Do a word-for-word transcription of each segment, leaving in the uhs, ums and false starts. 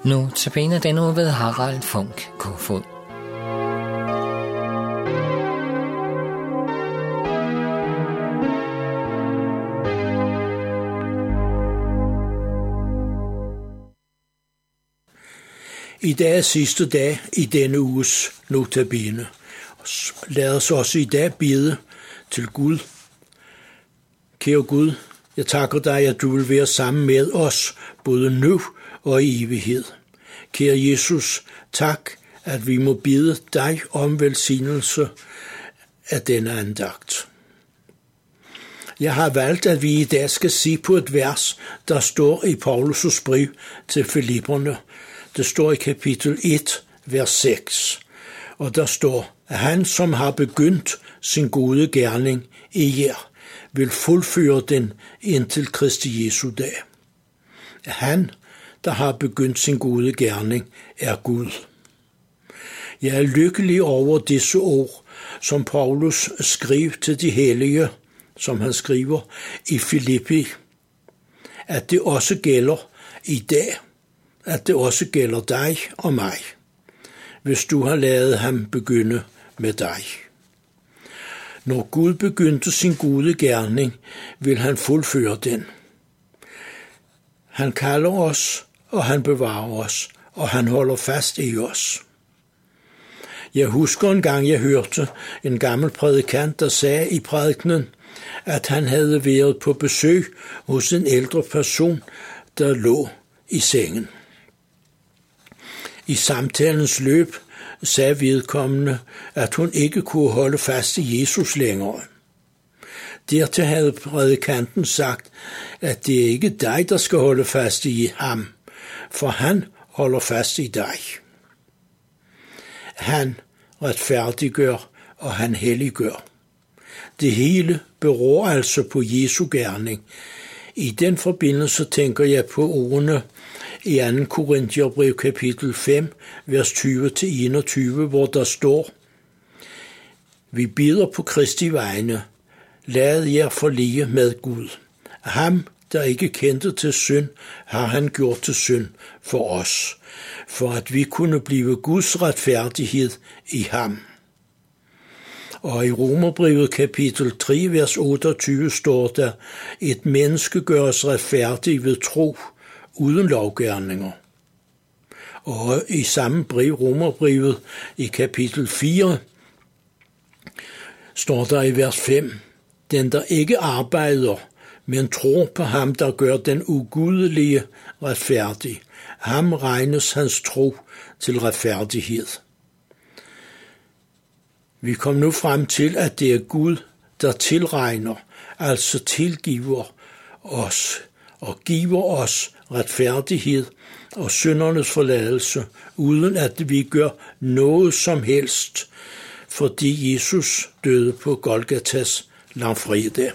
Nu tabiner den uge ved Harald Funk Kofod. I dag er sidste dag i denne uges notabene. Lad os også i dag bede til Gud. Kære Gud, jeg takker dig, at du vil være sammen med os, både nu og i evighed. Kære Jesus, tak, at vi må bede dig om velsignelse af denne andagt. Jeg har valgt, at vi i dag skal se på et vers, der står i Paulus' brev til Filipperne. Det står i kapitel et, vers seks, og der står, at han, som har begyndt sin gode gerning i jer, vil fuldføre den indtil Kristi Jesu dag. Han, der har begyndt sin gode gerning, er Gud. Jeg er lykkelig over disse ord, som Paulus skrev til de hellige, som han skriver i Filippi, at det også gælder i dag, at det også gælder dig og mig, hvis du har ladet ham begynde med dig. Når Gud begyndte sin gode gerning, vil han fuldføre den. Han kalder os, og han bevarer os, og han holder fast i os. Jeg husker en gang, jeg hørte en gammel prædikant, der sagde i prædikenen, at han havde været på besøg hos en ældre person, der lå i sengen. I samtalens løb sagde vedkommende, at hun ikke kunne holde fast i Jesus længere. Dertil havde prædikanten sagt, at det er ikke dig, der skal holde fast i ham, for han holder fast i dig. Han retfærdiggør, og han helliggør. Det hele beror altså på Jesu gerning. I den forbindelse tænker jeg på ordene i anden Korintherbrev kapitel fem, vers tyve til enogtyve, hvor der står: Vi beder på Kristi vegne, lad jer forlige med Gud. Ham, der ikke kendte til synd, har han gjort til synd for os, for at vi kunne blive Guds retfærdighed i ham. Og i Romerbrevet kapitel tre, vers otteogtyve står der, et menneske gøres retfærdig ved tro, uden lovgerninger. Og i samme brev, Romerbrevet, i kapitel fire, står der i vers fem, den der ikke arbejder, men tror på ham, der gør den ugudelige retfærdig, ham regnes hans tro til retfærdighed. Vi kom nu frem til, at det er Gud, der tilregner, altså tilgiver os og giver os retfærdighed og syndernes forladelse, uden at vi gør noget som helst, fordi Jesus døde på Golgatas langfredag.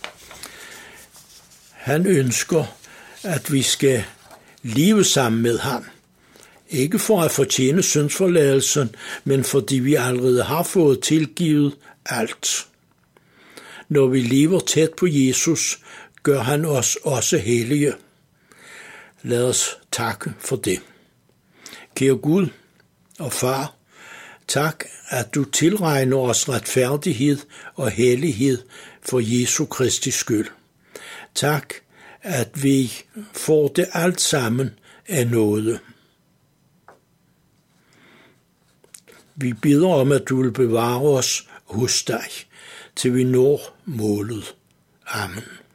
Han ønsker, at vi skal leve sammen med ham. Ikke for at fortjene syndsforladelsen, men fordi vi allerede har fået tilgivet alt. Når vi lever tæt på Jesus, gør han os også hellige. Lad os takke for det. Kære Gud og Far, tak, at du tilregner os retfærdighed og hellighed for Jesu Kristi skyld. Tak, at vi får det alt sammen af nåde. Vi beder om, at du vil bevare os hos dig, til vi når målet. Amen.